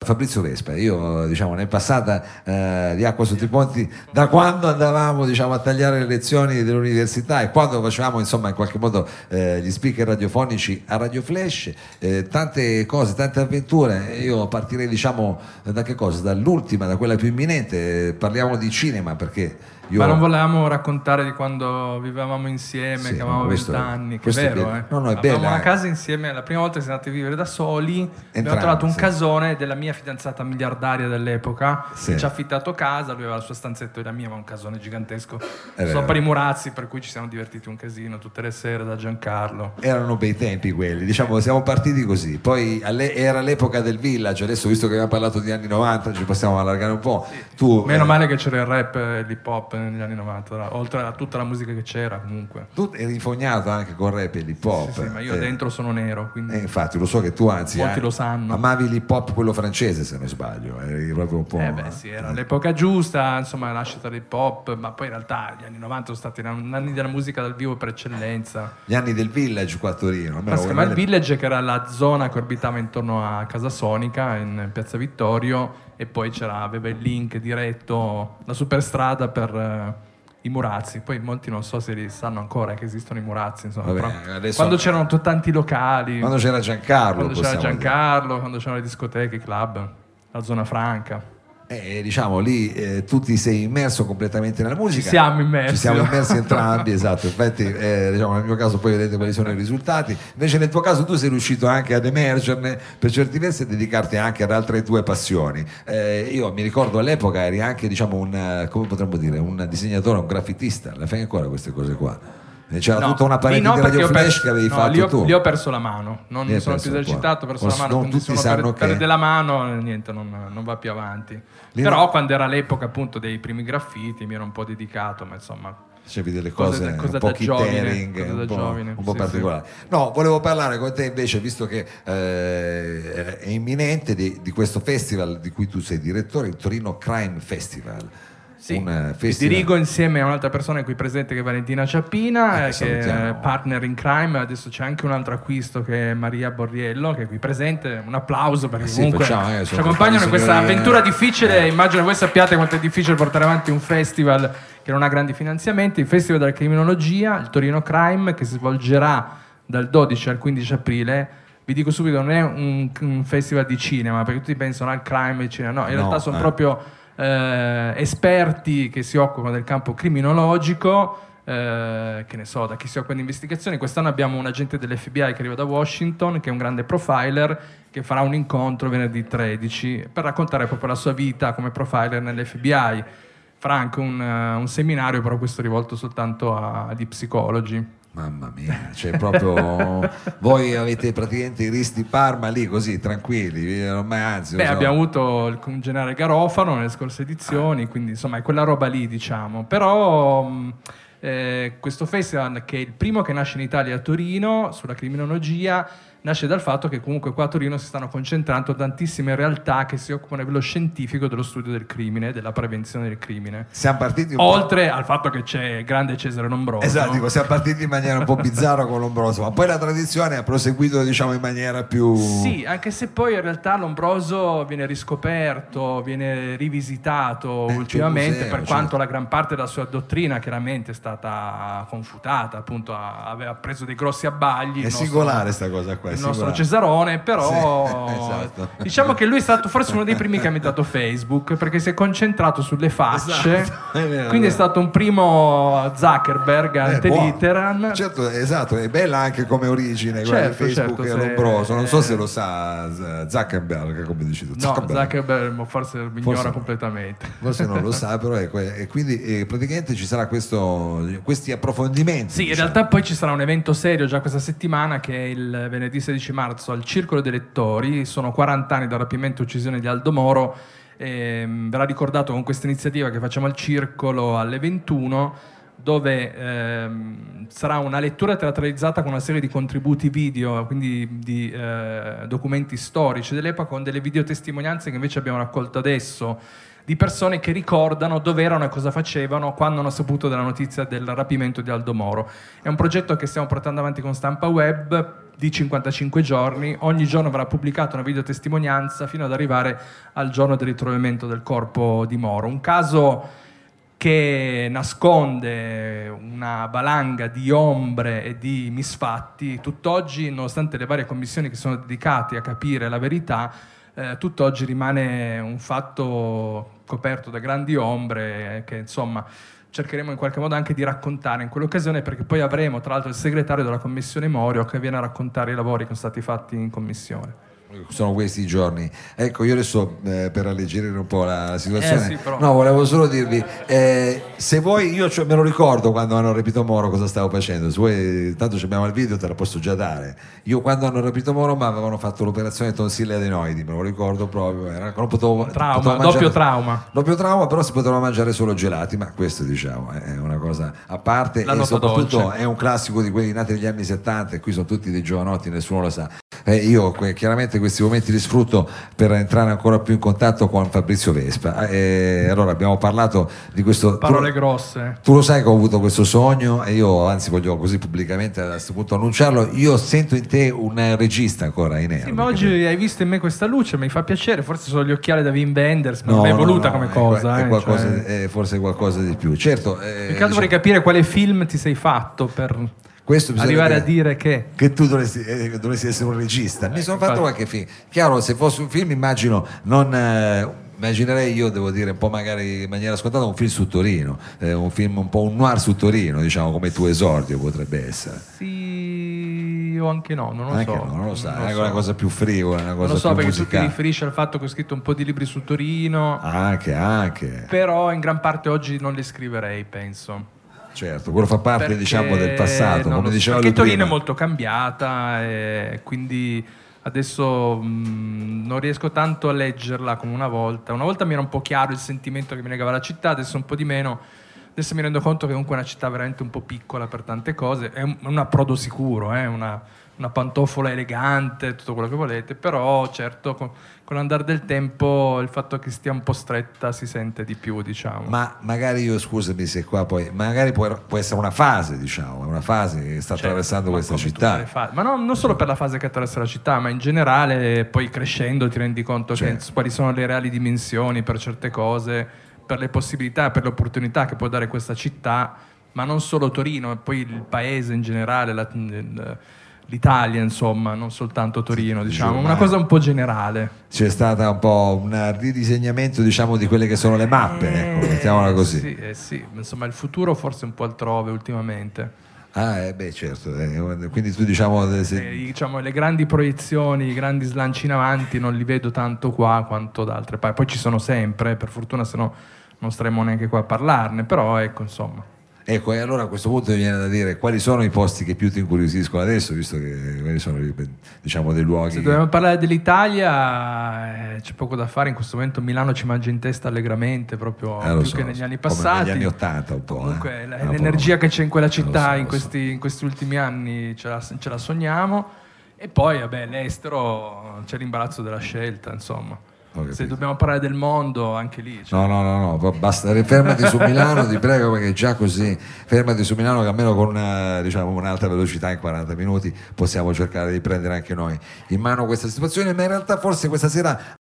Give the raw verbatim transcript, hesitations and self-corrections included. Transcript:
Fabrizio Vespa, io diciamo ne è passata eh, di acqua sotto i ponti da quando andavamo diciamo a tagliare le lezioni dell'università e quando facevamo insomma in qualche modo eh, gli speaker radiofonici a Radio Flash, eh, tante cose, tante avventure. Io partirei diciamo da che cosa? Dall'ultima, da quella più imminente, parliamo di cinema perché io... Ma non volevamo raccontare di quando vivevamo insieme, sì, che avevamo vent'anni, che è vero, è eh. No, no, è avevamo bella, una eh. casa insieme, la prima volta che siamo andati a vivere da soli, Entrambi, abbiamo trovato un sì. casone della mia fidanzata miliardaria dell'epoca, Sì. che ci ha affittato casa, lui aveva la sua stanzetta e la mia, ma un casone gigantesco, vero. sopra i murazzi, per cui ci siamo divertiti un casino tutte le sere da Giancarlo. Erano bei tempi quelli, diciamo, siamo partiti così. Poi alle- era l'epoca del village, adesso visto che abbiamo parlato di anni novanta ci possiamo allargare un po'. Tu, Meno eh, male che c'era il rap e l'hip hop negli anni novanta, oltre a tutta la musica che c'era comunque. tu eri infognato anche con rap e l'hip hop. Sì, sì, ma io eh, dentro sono nero, quindi eh, infatti lo so che tu anzi molti eh, lo sanno. amavi l'hip hop quello francese se non sbaglio, eri proprio un po'... Eh beh sì, era l'epoca giusta, insomma, la nascita dell'hip hop, ma poi in realtà gli anni novanta sono stati gli anni della musica dal vivo per eccellenza. Gli anni del village qua a Torino. Ma si chiama il Village, che era la zona che orbitava intorno a Casa Sonica in Piazza Vittorio, e poi c'era, aveva il link diretto, la superstrada per eh, i Murazzi. Poi molti non so se li sanno ancora che esistono i Murazzi, insomma. Vabbè, Però adesso- quando c'erano t- tanti locali, Quando c'era Giancarlo, quando c'era possiamo dire. Giancarlo, quando c'erano le discoteche, i club, la zona franca. Eh, diciamo lì eh, tu ti sei immerso completamente nella musica. Ci siamo immersi. Ci siamo immersi entrambi, esatto. Infatti, eh, diciamo, nel mio caso poi vedete quali sono i risultati. Invece nel tuo caso tu sei riuscito anche ad emergerne per certi versi e dedicarti anche ad altre tue passioni. Eh, io mi ricordo all'epoca eri anche, diciamo, un, eh, come potremmo dire, un disegnatore, un graffitista. La fai ancora queste cose qua? C'era No, tutta una parete lì no, di perché Radio ho per- Flash che avevi no, fatto lì ho, tu. lì ho perso la mano, non Lì mi hai sono perso più un po'. esercitato, ho perso Non- la mano, non quindi tutti se uno sanno per- che- perde la mano, niente, non, non va più avanti. Lì Però no- quando era l'epoca appunto dei primi graffiti mi ero un po' dedicato, ma insomma... Facevi delle Cose cose, da- cose un po' da giovine, Kittering, cose un da po', giovine, un po' sì, particolari. No, volevo parlare con te invece, visto che eh, è imminente, di, di questo festival di cui tu sei direttore, il Torino Crime Festival. Sì, Un eh, mi festival... dirigo insieme a un'altra persona qui presente che è Valentina Ciappina, Ah, eh, che che salutiamo. è partner in crime. Adesso c'è anche un altro acquisto che è Maria Borriello, che è qui presente. Un applauso perché Eh sì, comunque facciamo, eh, ci sono accompagnano in tutti questa signori, avventura eh. difficile. Eh. Immagino voi sappiate quanto è difficile portare avanti un festival che non ha grandi finanziamenti. Il Festival della Criminologia, il Torino Crime, che si svolgerà dal dodici al quindici aprile. Vi dico subito, non è un, un festival di cinema, perché tutti pensano al crime e al cinema. No, in No, realtà sono eh. proprio eh, esperti che si occupano del campo criminologico, eh, che ne so, da chi si occupa di investigazioni. Quest'anno abbiamo un agente dell'F B I che arriva da Washington, che è un grande profiler, che farà un incontro venerdì tredici per raccontare proprio la sua vita come profiler nell'F B I. Farà anche un, uh, un seminario, però questo rivolto soltanto a- agli psicologi. Mamma mia, cioè proprio voi avete praticamente i RIS di Parma lì così tranquilli, eh, ma anzi lo Beh, so. abbiamo avuto il con- generale Garofano nelle scorse edizioni, quindi insomma è quella roba lì, diciamo. Però mh, eh, questo festival, che è il primo che nasce in Italia a Torino sulla criminologia, nasce dal fatto che comunque qua a Torino si stanno concentrando tantissime realtà che si occupano a livello scientifico dello studio del crimine, della prevenzione del crimine. Siamo partiti un po'... Oltre al fatto che c'è grande Cesare Lombroso. Esatto, dico, siamo partiti in maniera un po' bizzarra con Lombroso, ma poi la tradizione ha proseguito diciamo in maniera più... Sì, anche se poi in realtà Lombroso viene riscoperto, viene rivisitato Eh, ultimamente, museo, per certo. quanto la gran parte della sua dottrina chiaramente è stata confutata, appunto ha- aveva preso dei grossi abbagli. È il nostro- singolare sta cosa qua, è il nostro singolare. Cesarone, però Sì, esatto. diciamo che lui è stato forse uno dei primi che ha inventato Facebook, perché si è concentrato sulle facce, Esatto, è vero, quindi è è vero. stato un primo Zuckerberg Eh, ante buono. litteram. Certo, esatto, è bella anche come origine quella Certo, di Facebook certo, e se- Lombroso, non so se lo sa Z- Zuckerberg, come dici tu. No, Zuckerberg. Zuckerberg forse mi Forse ignora no. completamente. Forse non lo sa, però ecco, e quindi eh, praticamente ci sarà questo, questi approfondimenti. Sì, in diciamo. realtà poi ci sarà un evento serio già questa settimana, che è il venerdì sedici marzo al Circolo dei Lettori. Sono quaranta anni dal rapimento e uccisione di Aldo Moro. E, mh, verrà ricordato con questa iniziativa che facciamo al Circolo alle ventuno dove ehm, sarà una lettura teatralizzata con una serie di contributi video, quindi di eh, documenti storici dell'epoca, con delle videotestimonianze che invece abbiamo raccolto adesso, di persone che ricordano dove erano e cosa facevano quando hanno saputo della notizia del rapimento di Aldo Moro. È un progetto che stiamo portando avanti con Stampa Web di cinquantacinque giorni, ogni giorno verrà pubblicata una videotestimonianza fino ad arrivare al giorno del ritrovamento del corpo di Moro. Un caso che nasconde una valanga di ombre e di misfatti. Tutt'oggi, nonostante le varie commissioni che sono dedicate a capire la verità, eh, tutt'oggi rimane un fatto coperto da grandi ombre, eh, che insomma cercheremo in qualche modo anche di raccontare in quell'occasione, perché poi avremo tra l'altro il segretario della commissione Morio che viene a raccontare i lavori che sono stati fatti in commissione. Sono questi i giorni. Ecco, io adesso eh, per alleggerire un po' la, la situazione, eh sì, però... no, volevo solo dirvi, eh, se vuoi, io cioè, me lo ricordo quando hanno rapito Moro cosa stavo facendo. Se vuoi, tanto abbiamo il video, te la posso già dare. Io quando hanno rapito Moro mi avevano fatto l'operazione tonsille adenoidi, me lo ricordo proprio. Era, non potevo, trauma, potevo mangiare, doppio trauma. Doppio trauma, però si potevano mangiare solo gelati, ma questo diciamo è una cosa a parte. La e soprattutto dolce. È un classico di quelli nati negli anni settanta, e qui sono tutti dei giovanotti, nessuno lo sa. Eh, io que- chiaramente questi momenti li sfrutto per entrare ancora più in contatto con Fabrizio Vespa. Eh, allora abbiamo parlato di questo. Parole tu, grosse. Tu lo sai che ho avuto questo sogno e io anzi voglio così pubblicamente a questo punto annunciarlo. Io sento in te un regista ancora in nero. Sì, ma oggi hai visto in me questa luce, mi fa piacere. Forse sono gli occhiali da Wim Wenders, ma no, non è no, voluta no, come è, cosa. È, eh, qualcosa, cioè... è forse qualcosa di più. Certo. Eh, Più che altro vorrei capire quale film ti sei fatto per questo arrivare a dire che... che tu dovresti, eh, dovresti essere un regista. Mi eh, sono fatto infatti. qualche film. Chiaro, se fosse un film immagino non... Eh, immaginerei io, devo dire un po' magari in maniera scontata, un film su Torino, eh, un film un po' un noir su Torino, diciamo come tuo esordio potrebbe essere. Sì, o anche no, non lo anche so. no, non lo so, non è so. una cosa più frivola, una cosa non lo so più perché musicale. tu ti riferisci al fatto che ho scritto un po' di libri su Torino, Anche, anche. però in gran parte oggi non li scriverei, penso. Certo, quello fa parte Perché, diciamo del passato, non come lo so, diceva perché lui Torino prima. è molto cambiata e quindi adesso mh, non riesco tanto a leggerla come una volta. Una volta mi era un po' chiaro il sentimento che mi legava la città, adesso un po' di meno. Adesso mi rendo conto che comunque è una città veramente un po' piccola per tante cose, è un, un approdo sicuro, eh, una, una pantofola elegante, tutto quello che volete, però certo con, con l'andare del tempo il fatto che stia un po' stretta si sente di più, diciamo. Ma magari io, scusami se qua poi, magari può, può essere una fase, diciamo, è una fase che sta Certo, attraversando ma questa come città. tutte le fasi. Ma no, non solo per la fase che attraversa la città, ma in generale poi crescendo ti rendi conto Certo. che quali sono le reali dimensioni per certe cose, per le possibilità, per le opportunità che può dare questa città, ma non solo Torino, e poi il paese in generale, la, l'Italia insomma, non soltanto Torino, sì, diciamo, sì, una ma cosa un po' generale. C'è stata un po' un ridisegnamento, diciamo, di quelle che sono le mappe, ecco, mettiamola così. Sì, eh sì, insomma il futuro forse è un po' altrove ultimamente. Ah, eh, beh, certo, eh, quindi tu diciamo... Se... Eh, diciamo le grandi proiezioni, i grandi slanci in avanti non li vedo tanto qua quanto da altre parti. Poi ci sono sempre, per fortuna, se no non staremmo neanche qua a parlarne, però ecco, insomma. Ecco, e allora a questo punto mi viene da dire quali sono i posti che più ti incuriosiscono adesso, visto che quelli sono, diciamo, dei luoghi... Se dobbiamo parlare dell'Italia, eh, c'è poco da fare in questo momento. Milano ci mangia in testa allegramente, proprio eh, più so, che negli anni come passati. negli anni ottanta un po'. Comunque eh. la- Un po'. l'energia che c'è in quella Eh, lo città so, in, lo questi, so. in questi ultimi anni ce la, ce la sogniamo. E poi, vabbè, l'estero c'è l'imbarazzo della scelta, insomma. Ho capito. Se dobbiamo parlare del mondo, anche lì. Cioè, No, no, no, no, basta, fermati su Milano, ti prego, perché già così, fermati su Milano che almeno con una, diciamo, un'alta velocità in quaranta minuti possiamo cercare di prendere anche noi in mano questa situazione, ma in realtà forse questa sera